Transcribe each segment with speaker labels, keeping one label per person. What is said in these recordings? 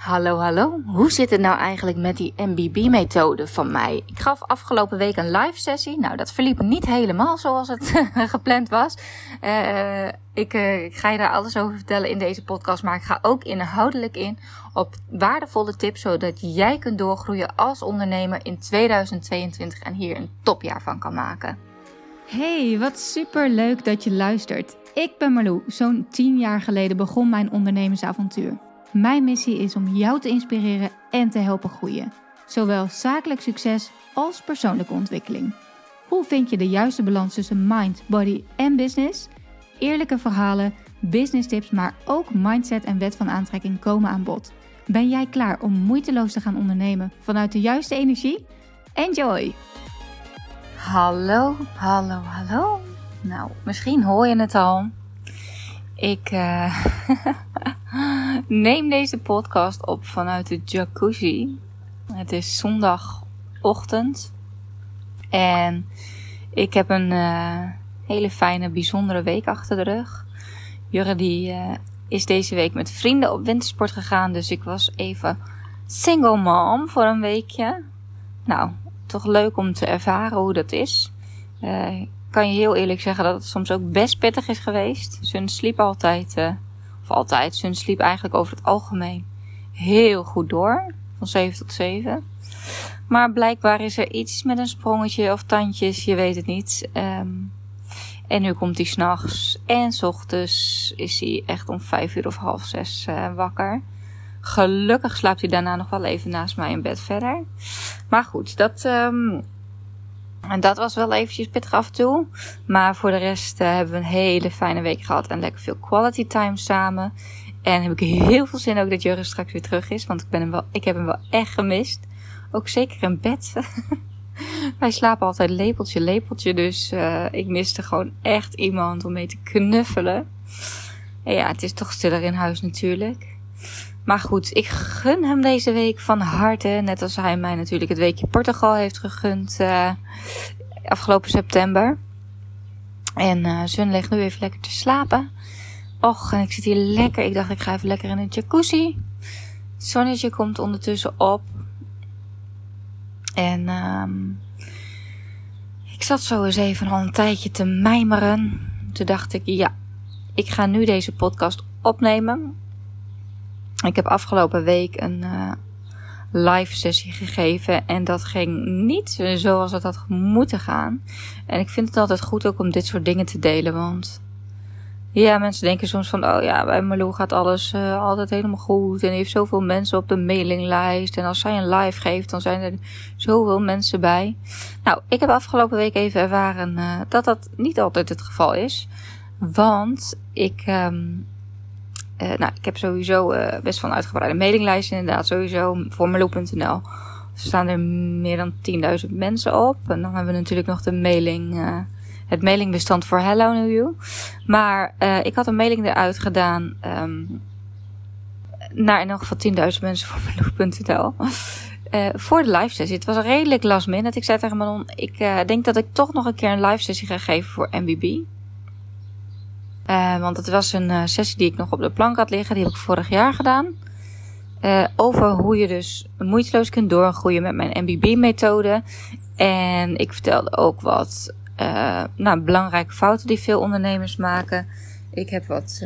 Speaker 1: Hallo, hallo. Hoe zit het nou eigenlijk met die MBB-methode van mij? Ik gaf afgelopen week een live sessie. Nou, dat verliep niet helemaal zoals het gepland was. Ik ga je daar alles over vertellen in deze podcast. Maar ik ga ook inhoudelijk in op waardevolle tips, zodat jij kunt doorgroeien als ondernemer in 2022 en hier een topjaar van kan maken.
Speaker 2: Hey, wat super leuk dat je luistert. Ik ben Marlou. Zo'n 10 jaar geleden begon mijn ondernemersavontuur. Mijn missie is om jou te inspireren en te helpen groeien. Zowel zakelijk succes als persoonlijke ontwikkeling. Hoe vind je de juiste balans tussen mind, body en business? Eerlijke verhalen, business tips, maar ook mindset en wet van aantrekking komen aan bod. Ben jij klaar om moeiteloos te gaan ondernemen vanuit de juiste energie? Enjoy!
Speaker 1: Hallo. Nou, misschien hoor je het al. Ik neem deze podcast op vanuit de jacuzzi. Het is zondagochtend. En ik heb een hele fijne, bijzondere week achter de rug. Jurre die is deze week met vrienden op wintersport gegaan. Dus ik was even single mom voor een weekje. Nou, toch leuk om te ervaren hoe dat is. Kan je heel eerlijk zeggen dat het soms ook best pittig is geweest. Sun sliep Sun sliep eigenlijk over het algemeen heel goed door. Van 7 tot 7. Maar blijkbaar is er iets met een sprongetje of tandjes, je weet het niet. En nu komt hij 's nachts en 's ochtends is hij echt om 5 uur of half 6 wakker. Gelukkig slaapt hij daarna nog wel even naast mij in bed verder. Maar goed, dat was wel eventjes pittig af en toe. Maar voor de rest hebben we een hele fijne week gehad. En lekker veel quality time samen. En heb ik heel veel zin ook dat Jurre straks weer terug is. Want ik heb hem wel echt gemist. Ook zeker in bed. Wij slapen altijd lepeltje. Dus ik miste gewoon echt iemand om mee te knuffelen. En ja, het is toch stiller in huis natuurlijk. Maar goed, ik gun hem deze week van harte. Net als hij mij natuurlijk het weekje Portugal heeft gegund afgelopen september. En Sun ligt nu even lekker te slapen. Och, en ik zit hier lekker. Ik dacht, ik ga even lekker in een jacuzzi. Het zonnetje komt ondertussen op. En ik zat zo eens even al een tijdje te mijmeren. Toen dacht ik, ja, ik ga nu deze podcast opnemen. Ik heb afgelopen week een live sessie gegeven. En dat ging niet zoals het had moeten gaan. En ik vind het altijd goed ook om dit soort dingen te delen. Want ja, mensen denken soms van, oh ja, bij Marlou gaat alles altijd helemaal goed. En die heeft zoveel mensen op de mailinglijst. En als zij een live geeft, dan zijn er zoveel mensen bij. Nou, ik heb afgelopen week even ervaren dat dat niet altijd het geval is. Want ik heb sowieso best wel een uitgebreide mailinglijst inderdaad. Sowieso voor Marlou.nl. Er staan er meer dan 10.000 mensen op. En dan hebben we natuurlijk nog de het mailingbestand voor Hello New You. Maar ik had een mailing eruit gedaan naar in elk geval 10.000 mensen voor Marlou.nl. Voor de live sessie. Het was redelijk last minute. Ik zei tegen Manon, ik denk dat ik toch nog een keer een live sessie ga geven voor MBB. Want het was een sessie die ik nog op de plank had liggen. Die heb ik vorig jaar gedaan. Over hoe je dus moeiteloos kunt doorgroeien met mijn MBB-methode. En ik vertelde ook wat belangrijke fouten die veel ondernemers maken. Ik heb wat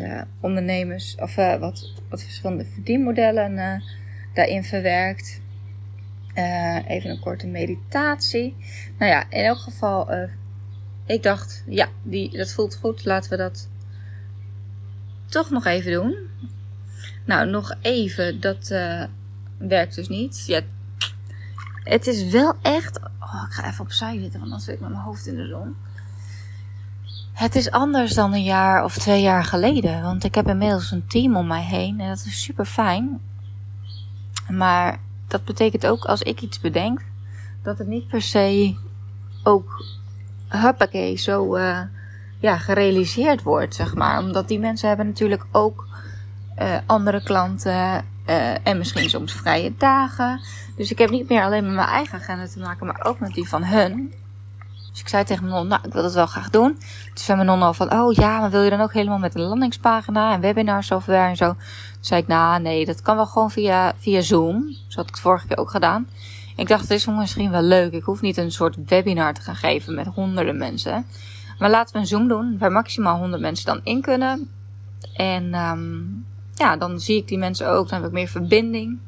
Speaker 1: wat verschillende verdienmodellen daarin verwerkt. Even een korte meditatie. Nou ja, in elk geval, ik dacht, ja, dat voelt goed. Laten we dat toch nog even doen. Nou, nog even, dat werkt dus niet. Ja, het is wel echt... Oh, ik ga even opzij zitten, want anders zit ik met mijn hoofd in de zon. Het is anders dan een jaar of 2 jaar geleden. Want ik heb inmiddels een team om mij heen. En dat is super fijn. Maar dat betekent ook, als ik iets bedenk, dat het niet per se ook huppakee zo gerealiseerd wordt, zeg maar. Omdat die mensen hebben natuurlijk ook andere klanten en misschien soms vrije dagen. Dus ik heb niet meer alleen met mijn eigen agenda te maken, maar ook met die van hun. Dus ik zei tegen Manon, nou, ik wil dat wel graag doen. Toen zei Manon al van, oh ja, maar wil je dan ook helemaal met een landingspagina en webinar software en zo? Toen zei ik, nou nee, dat kan wel gewoon via Zoom. Zo had ik het vorige keer ook gedaan. Ik dacht, het is misschien wel leuk. Ik hoef niet een soort webinar te gaan geven met honderden mensen. Maar laten we een Zoom doen, waar maximaal 100 mensen dan in kunnen. En dan zie ik die mensen ook, dan heb ik meer verbinding.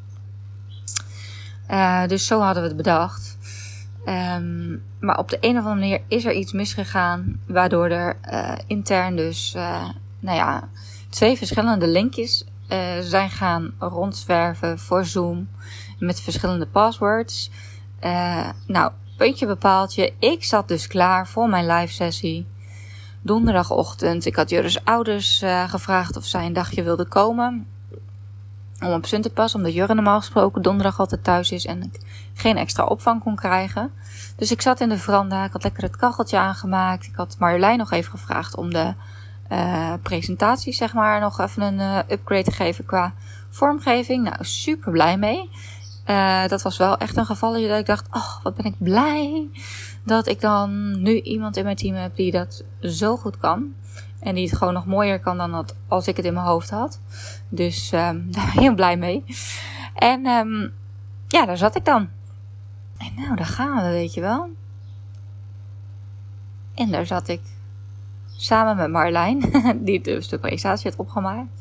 Speaker 1: Dus zo hadden we het bedacht. Maar op de een of andere manier is er iets misgegaan, waardoor er intern dus 2 verschillende linkjes zijn gaan rondzwerven voor Zoom met verschillende passwords. Puntje bepaaltje. Ik zat dus klaar voor mijn live sessie. Donderdagochtend. Ik had Jurre's ouders gevraagd of zij een dagje wilden komen. Om op Sun te passen. Omdat Jurre normaal gesproken donderdag altijd thuis is. En ik geen extra opvang kon krijgen. Dus ik zat in de veranda. Ik had lekker het kacheltje aangemaakt. Ik had Marjolein nog even gevraagd om de presentatie zeg maar nog even een upgrade te geven qua vormgeving. Nou, super blij mee. Dat was wel echt een gevalletje dat ik dacht, oh, wat ben ik blij dat ik dan nu iemand in mijn team heb die dat zo goed kan. En die het gewoon nog mooier kan dan als ik het in mijn hoofd had. Dus daar ben ik heel blij mee. En daar zat ik dan. En nou, daar gaan we, weet je wel. En daar zat ik samen met Marjolein, die dus de presentatie had opgemaakt.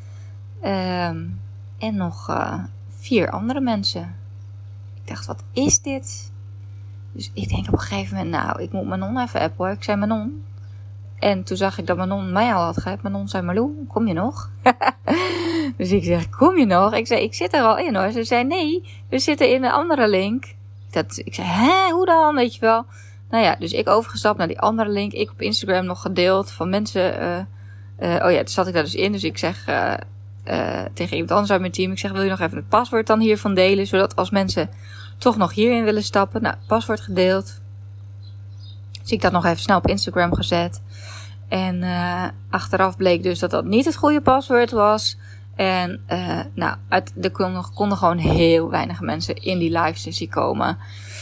Speaker 1: En nog 4 andere mensen. Ik dacht, wat is dit? Dus ik denk op een gegeven moment, nou, ik moet Manon even appen hoor. Ik zei Manon. En toen zag ik dat Manon mij al had gehad. Manon zei, Marlou, kom je nog? Dus ik zeg, kom je nog? Ik zei, ik zit er al in hoor. Ze zei, nee, we zitten in een andere link. Ik zei, hè, hoe dan? Weet je wel. Nou ja, dus ik overgestapt naar die andere link. Ik op Instagram nog gedeeld van mensen. Toen zat ik daar dus in. Dus ik zeg tegen iemand anders uit mijn team. Ik zeg, wil je nog even het paswoord dan hiervan delen? Zodat als mensen toch nog hierin willen stappen. Nou, paswoord gedeeld. Dus ik dat nog even snel op Instagram gezet. En achteraf bleek dus dat dat niet het goede paswoord was. En er konden gewoon heel weinig mensen in die live sessie komen.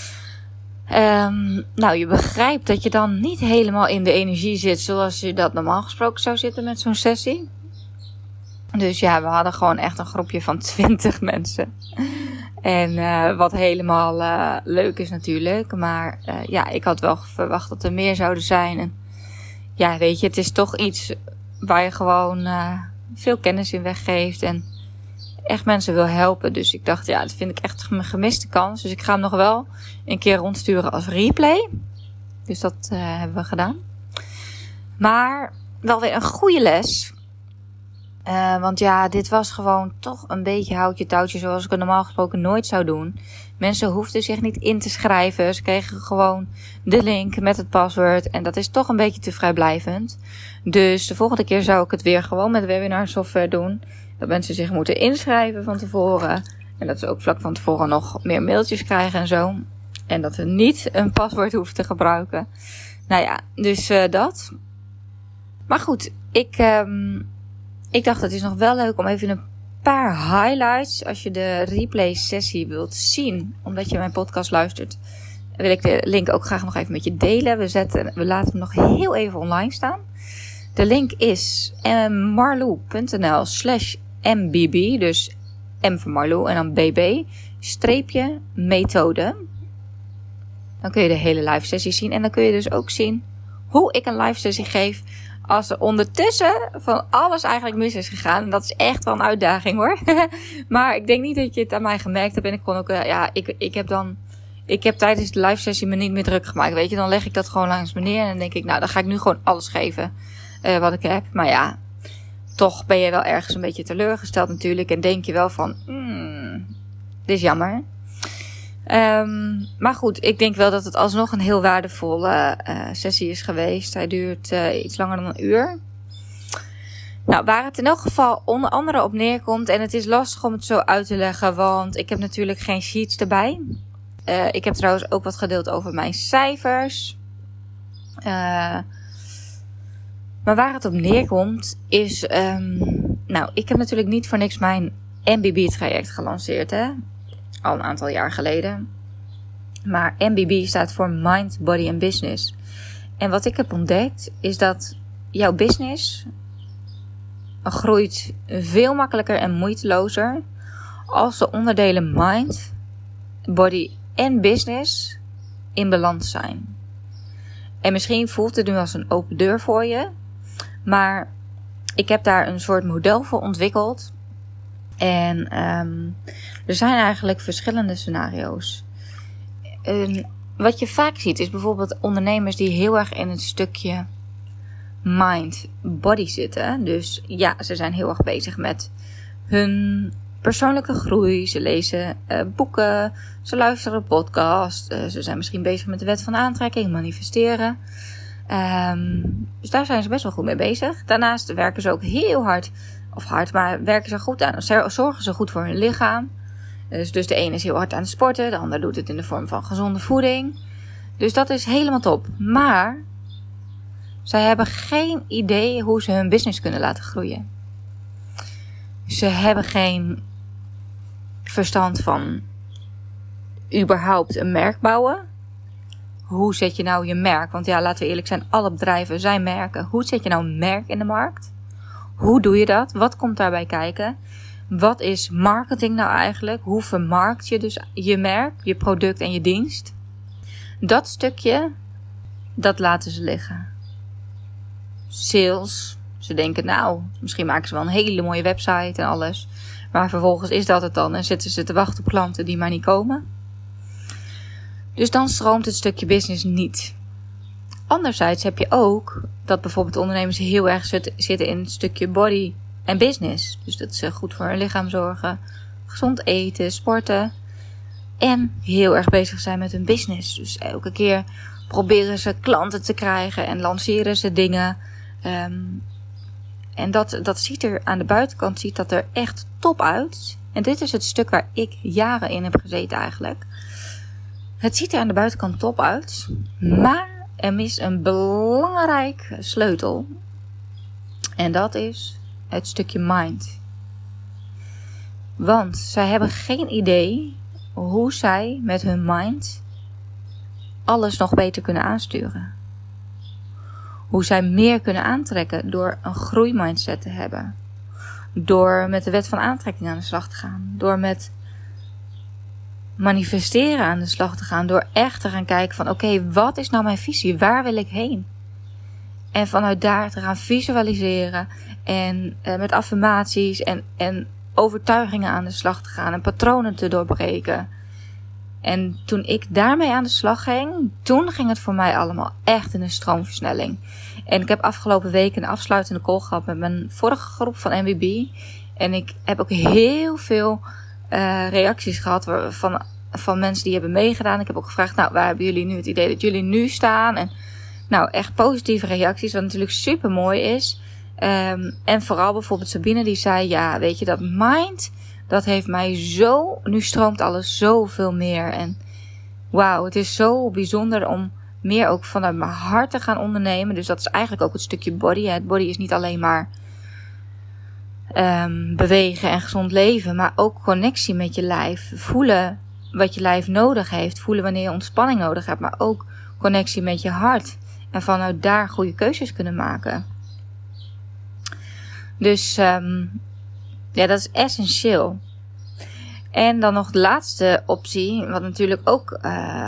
Speaker 1: Je begrijpt dat je dan niet helemaal in de energie zit zoals je dat normaal gesproken zou zitten met zo'n sessie. Dus ja, we hadden gewoon echt een groepje van 20 mensen. En wat helemaal leuk is natuurlijk. Maar ik had wel verwacht dat er meer zouden zijn. En ja, weet je, het is toch iets waar je gewoon veel kennis in weggeeft. En echt mensen wil helpen. Dus ik dacht, ja, dat vind ik echt een gemiste kans. Dus ik ga hem nog wel een keer rondsturen als replay. Dus dat hebben we gedaan. Maar wel weer een goede les. Want ja, dit was gewoon toch een beetje houtje touwtje zoals ik het normaal gesproken nooit zou doen. Mensen hoefden zich niet in te schrijven. Ze kregen gewoon de link met het paswoord. En dat is toch een beetje te vrijblijvend. Dus de volgende keer zou ik het weer gewoon met webinar software doen. Dat mensen zich moeten inschrijven van tevoren. En dat ze ook vlak van tevoren nog meer mailtjes krijgen en zo. En dat we niet een paswoord hoeven te gebruiken. Nou ja, dus dat. Maar goed, ik dacht het is nog wel leuk om even een paar highlights. Als je de replay sessie wilt zien, omdat je mijn podcast luistert, wil ik de link ook graag nog even met je delen. We laten hem nog heel even online staan. De link is marlou.nl/mbb, dus M van Marlou en dan bb, streepje methode. Dan kun je de hele live sessie zien. En dan kun je dus ook zien hoe ik een live sessie geef als er ondertussen van alles eigenlijk mis is gegaan. En dat is echt wel een uitdaging hoor. Maar ik denk niet dat je het aan mij gemerkt hebt. En ik kon ook, ik heb tijdens de live sessie me niet meer druk gemaakt. Weet je, dan leg ik dat gewoon langs me neer. En dan denk ik, nou dan ga ik nu gewoon alles geven wat ik heb. Maar ja, toch ben je wel ergens een beetje teleurgesteld natuurlijk. En denk je wel van, dit is jammer. Maar goed, ik denk wel dat het alsnog een heel waardevolle sessie is geweest. Hij duurt iets langer dan een uur. Nou, waar het in elk geval onder andere op neerkomt, en het is lastig om het zo uit te leggen, want ik heb natuurlijk geen sheets erbij. Ik heb trouwens ook wat gedeeld over mijn cijfers. Maar waar het op neerkomt is, ik heb natuurlijk niet voor niks mijn MBB-traject gelanceerd, hè. Al een aantal jaar geleden. Maar MBB staat voor Mind, Body and Business. En wat ik heb ontdekt is dat jouw business groeit veel makkelijker en moeitelozer als de onderdelen Mind, Body en Business in balans zijn. En misschien voelt het nu als een open deur voor je, maar ik heb daar een soort model voor ontwikkeld. En er zijn eigenlijk verschillende scenario's. Wat je vaak ziet is bijvoorbeeld ondernemers die heel erg in het stukje mind, body zitten. Dus ja, ze zijn heel erg bezig met hun persoonlijke groei. Ze lezen boeken, ze luisteren podcasts. Ze zijn misschien bezig met de wet van aantrekking, manifesteren. Dus daar zijn ze best wel goed mee bezig. Daarnaast werken ze ook heel hard, maar werken ze goed aan, zorgen ze goed voor hun lichaam. Dus de ene is heel hard aan het sporten, de ander doet het in de vorm van gezonde voeding. Dus dat is helemaal top. Maar zij hebben geen idee hoe ze hun business kunnen laten groeien. Ze hebben geen verstand van überhaupt een merk bouwen. Hoe zet je nou je merk? Want ja, laten we eerlijk zijn, alle bedrijven zijn merken. Hoe zet je nou een merk in de markt? Hoe doe je dat? Wat komt daarbij kijken? Wat is marketing nou eigenlijk? Hoe vermarkt je dus je merk, je product en je dienst? Dat stukje, dat laten ze liggen. Sales, ze denken nou, misschien maken ze wel een hele mooie website en alles. Maar vervolgens is dat het dan en zitten ze te wachten op klanten die maar niet komen. Dus dan stroomt het stukje business niet. Anderzijds heb je ook dat bijvoorbeeld ondernemers heel erg zitten in het stukje body en business. Dus dat ze goed voor hun lichaam zorgen, gezond eten, sporten. En heel erg bezig zijn met hun business. Dus elke keer proberen ze klanten te krijgen en lanceren ze dingen. En dat ziet er aan de buitenkant ziet dat er echt top uit. En dit is het stuk waar ik jaren in heb gezeten eigenlijk. Het ziet er aan de buitenkant top uit. Maar er mist een belangrijk sleutel. En dat is het stukje mind. Want zij hebben geen idee hoe zij met hun mind alles nog beter kunnen aansturen. Hoe zij meer kunnen aantrekken door een groeimindset te hebben. Door met de wet van aantrekking aan de slag te gaan. Door met manifesteren aan de slag te gaan. Door echt te gaan kijken van oké, wat is nou mijn visie? Waar wil ik heen? En vanuit daar te gaan visualiseren. En met affirmaties en overtuigingen aan de slag te gaan. En patronen te doorbreken. En toen ik daarmee aan de slag ging, toen ging het voor mij allemaal echt in een stroomversnelling. En ik heb afgelopen week een afsluitende call gehad met mijn vorige groep van MBB. En ik heb ook heel veel reacties gehad van mensen die hebben meegedaan. Ik heb ook gevraagd, nou, waar hebben jullie nu het idee dat jullie nu staan? En nou, echt positieve reacties, wat natuurlijk super mooi is. En vooral bijvoorbeeld Sabine die zei, ja, weet je, dat mind, dat heeft mij zo, nu stroomt alles zoveel meer. En wauw, het is zo bijzonder om meer ook vanuit mijn hart te gaan ondernemen. Dus dat is eigenlijk ook het stukje body. Het body is niet alleen maar bewegen en gezond leven, maar ook connectie met je lijf. Voelen wat je lijf nodig heeft. Voelen wanneer je ontspanning nodig hebt, maar ook connectie met je hart. En vanuit daar goede keuzes kunnen maken. Dus ja, dat is essentieel. En dan nog de laatste optie, wat natuurlijk ook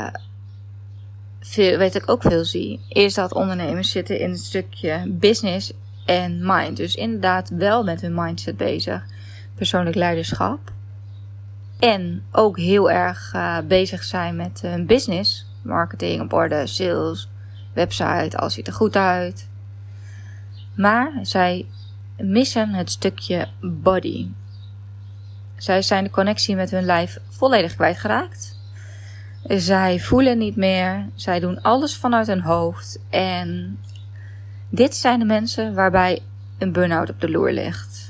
Speaker 1: veel zie, is dat ondernemers zitten in het stukje business en mind. Dus inderdaad wel met hun mindset bezig. Persoonlijk leiderschap. En ook heel erg bezig zijn met hun business. Marketing op orde, sales, website, alles ziet er goed uit. Maar zij missen het stukje body. Zij zijn de connectie met hun lijf volledig kwijtgeraakt. Zij voelen niet meer. Zij doen alles vanuit hun hoofd. En dit zijn de mensen waarbij een burn-out op de loer ligt.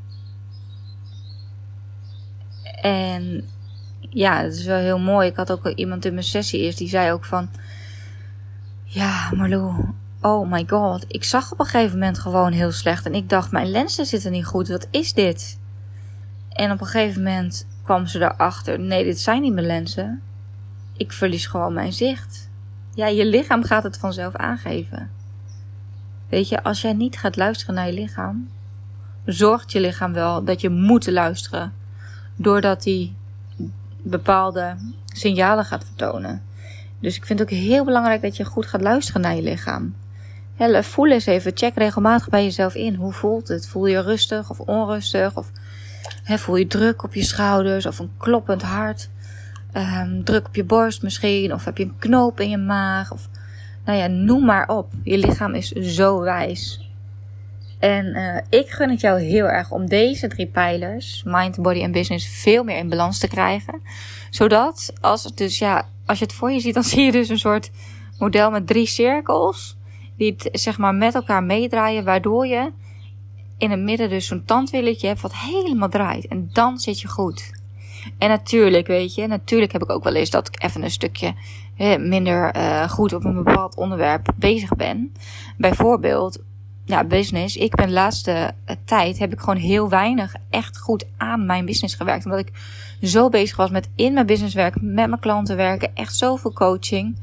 Speaker 1: En ja, het is wel heel mooi. Ik had ook iemand in mijn sessie eerst die zei ook van, ja, Marlou, oh my god, ik zag op een gegeven moment gewoon heel slecht. En ik dacht, mijn lenzen zitten niet goed, wat is dit? En op een gegeven moment kwam ze erachter, nee, dit zijn niet mijn lenzen. ik verlies gewoon mijn zicht. Ja, je lichaam gaat het vanzelf aangeven. Weet je, als jij niet gaat luisteren naar je lichaam, zorgt je lichaam wel dat je moet luisteren. Doordat hij bepaalde signalen gaat vertonen. Dus ik vind het ook heel belangrijk dat je goed gaat luisteren naar je lichaam. Ja, voel eens even, check regelmatig bij jezelf in. Hoe voelt het? Voel je rustig of onrustig? Of voel je druk op je schouders of een kloppend hart? Druk op je borst misschien? Of heb je een knoop in je maag? Of, nou ja, noem maar op. Je lichaam is zo wijs. En ik gun het jou heel erg om deze 3 pijlers, mind, body en business, veel meer in balans te krijgen. Zodat, als je het voor je ziet, dan zie je dus een soort model met 3 cirkels. Die het, zeg maar, met elkaar meedraaien, waardoor je in het midden dus zo'n tandwieltje hebt wat helemaal draait. En dan zit je goed. En natuurlijk, natuurlijk heb ik ook wel eens dat ik even een stukje minder goed op een bepaald onderwerp bezig ben. Bijvoorbeeld, business. Ik ben de laatste tijd heb ik gewoon heel weinig echt goed aan mijn business gewerkt. Omdat ik zo bezig was met in mijn business werken, met mijn klanten werken. Echt zoveel coaching.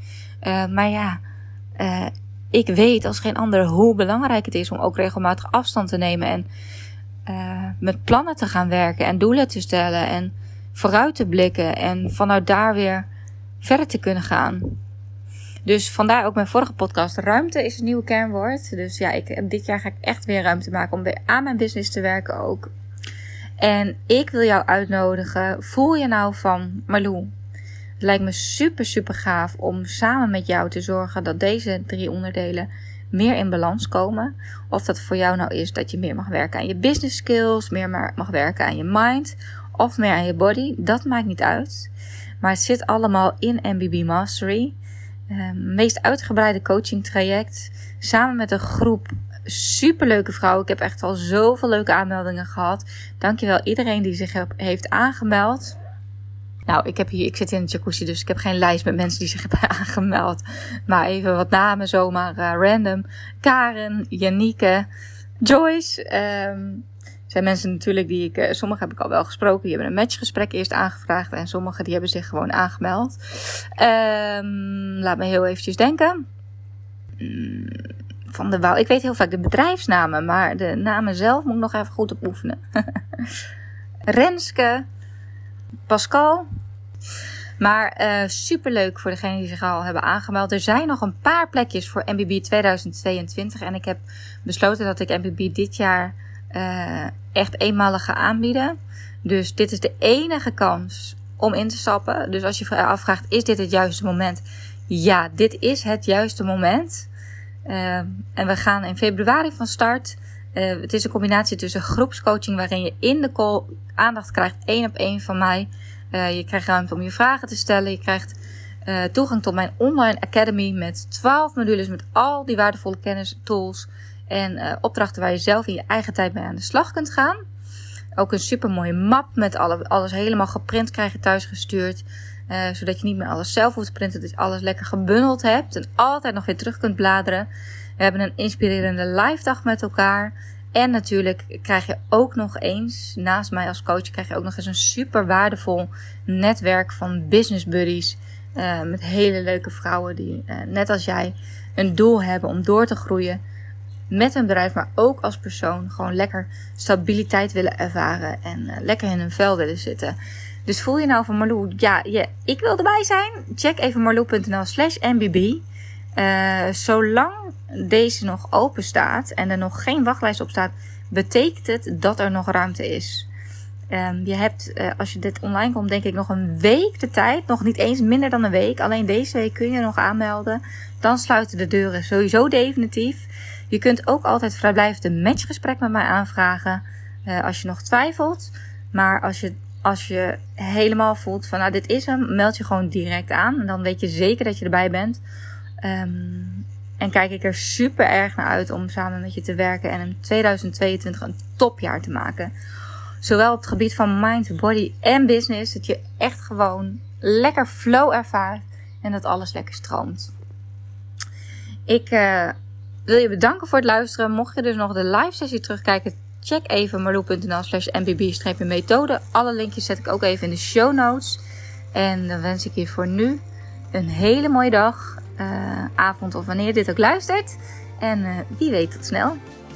Speaker 1: Ik weet als geen ander hoe belangrijk het is om ook regelmatig afstand te nemen. En met plannen te gaan werken en doelen te stellen. En vooruit te blikken. En vanuit daar weer verder te kunnen gaan. Dus vandaar ook mijn vorige podcast. Ruimte is het nieuwe kernwoord. Dus ja, dit jaar ga ik echt weer ruimte maken om weer aan mijn business te werken ook. En ik wil jou uitnodigen. Voel je nou van, Marlou, het lijkt me super, super gaaf om samen met jou te zorgen dat deze 3 onderdelen meer in balans komen. Of dat voor jou nou is dat je meer mag werken aan je business skills, meer mag werken aan je mind of meer aan je body. Dat maakt niet uit. Maar het zit allemaal in MBB Mastery. Meest uitgebreide coaching traject. Samen met een groep superleuke vrouwen. Ik heb echt al zoveel leuke aanmeldingen gehad. Dankjewel iedereen die zich heeft aangemeld. Nou, ik zit in de jacuzzi, dus ik heb geen lijst met mensen die zich hebben aangemeld. Maar even wat namen zomaar random. Karen, Janieke, Joyce. Zijn mensen natuurlijk die sommige heb ik al wel gesproken. Die hebben een matchgesprek eerst aangevraagd. En sommige die hebben zich gewoon aangemeld. Laat me heel eventjes denken. Ik weet heel vaak de bedrijfsnamen. Maar de namen zelf moet ik nog even goed op oefenen. Renske. Pascal. Maar superleuk voor degenen die zich al hebben aangemeld. Er zijn nog een paar plekjes voor MBB 2022. En ik heb besloten dat ik MBB dit jaar echt eenmalig ga aanbieden. Dus dit is de enige kans om in te stappen. Dus als je je afvraagt, is dit het juiste moment? Ja, dit is het juiste moment. En we gaan in februari van start. Het is een combinatie tussen groepscoaching waarin je in de call aandacht krijgt 1 op 1 van mij. Je krijgt ruimte om je vragen te stellen. Je krijgt toegang tot mijn online academy met 12 modules met al die waardevolle kennis, tools en opdrachten waar je zelf in je eigen tijd mee aan de slag kunt gaan. Ook een super mooie map met alles helemaal geprint krijg je thuis gestuurd. Zodat je niet meer alles zelf hoeft te printen. Dat je alles lekker gebundeld hebt. En altijd nog weer terug kunt bladeren. We hebben een inspirerende live dag met elkaar. En natuurlijk krijg je ook nog eens, naast mij als coach, krijg je ook nog eens een super waardevol netwerk van business buddies. Met hele leuke vrouwen die net als jij een doel hebben om door te groeien. Met een bedrijf, maar ook als persoon. Gewoon lekker stabiliteit willen ervaren. En lekker in hun vel willen zitten. Dus voel je nou van Marlou, ik wil erbij zijn. Check even marlou.nl/MBB. Zolang deze nog open staat en er nog geen wachtlijst op staat, betekent het dat er nog ruimte is. Je hebt, als je dit online komt, denk ik nog een week de tijd. Nog niet eens minder dan een week. Alleen deze week kun je nog aanmelden. Dan sluiten de deuren sowieso definitief. Je kunt ook altijd vrijblijvend een matchgesprek met mij aanvragen. Als je nog twijfelt. Maar als je helemaal voelt van dit is hem, meld je gewoon direct aan. En dan weet je zeker dat je erbij bent. En kijk ik er super erg naar uit om samen met je te werken. En in 2022 een topjaar te maken. Zowel op het gebied van mind, body en business. Dat je echt gewoon lekker flow ervaart. En dat alles lekker stroomt. Ik wil je bedanken voor het luisteren. Mocht je dus nog de live sessie terugkijken, check even marlou.nl/MBB-methode. Alle linkjes zet ik ook even in de show notes. En dan wens ik je voor nu een hele mooie dag, avond of wanneer je dit ook luistert. En wie weet tot snel.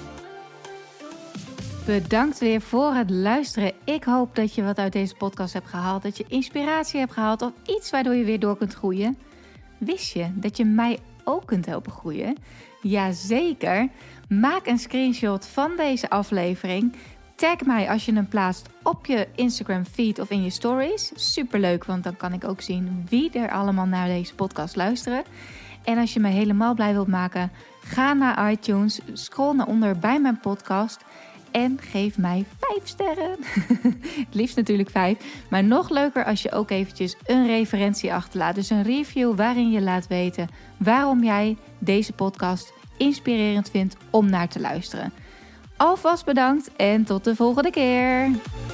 Speaker 2: Bedankt weer voor het luisteren. Ik hoop dat je wat uit deze podcast hebt gehaald. Dat je inspiratie hebt gehaald of iets waardoor je weer door kunt groeien. Wist je dat je mij ook kunt helpen groeien? Jazeker. Maak een screenshot van deze aflevering. Tag mij als je hem plaatst op je Instagram feed of in je stories. Superleuk, want dan kan ik ook zien wie er allemaal naar deze podcast luisteren. En als je me helemaal blij wilt maken, ga naar iTunes, scroll naar onder bij mijn podcast en geef mij 5 sterren. Het liefst natuurlijk 5. Maar nog leuker als je ook eventjes een referentie achterlaat. Dus een review waarin je laat weten waarom jij deze podcast inspirerend vindt om naar te luisteren. Alvast bedankt en tot de volgende keer.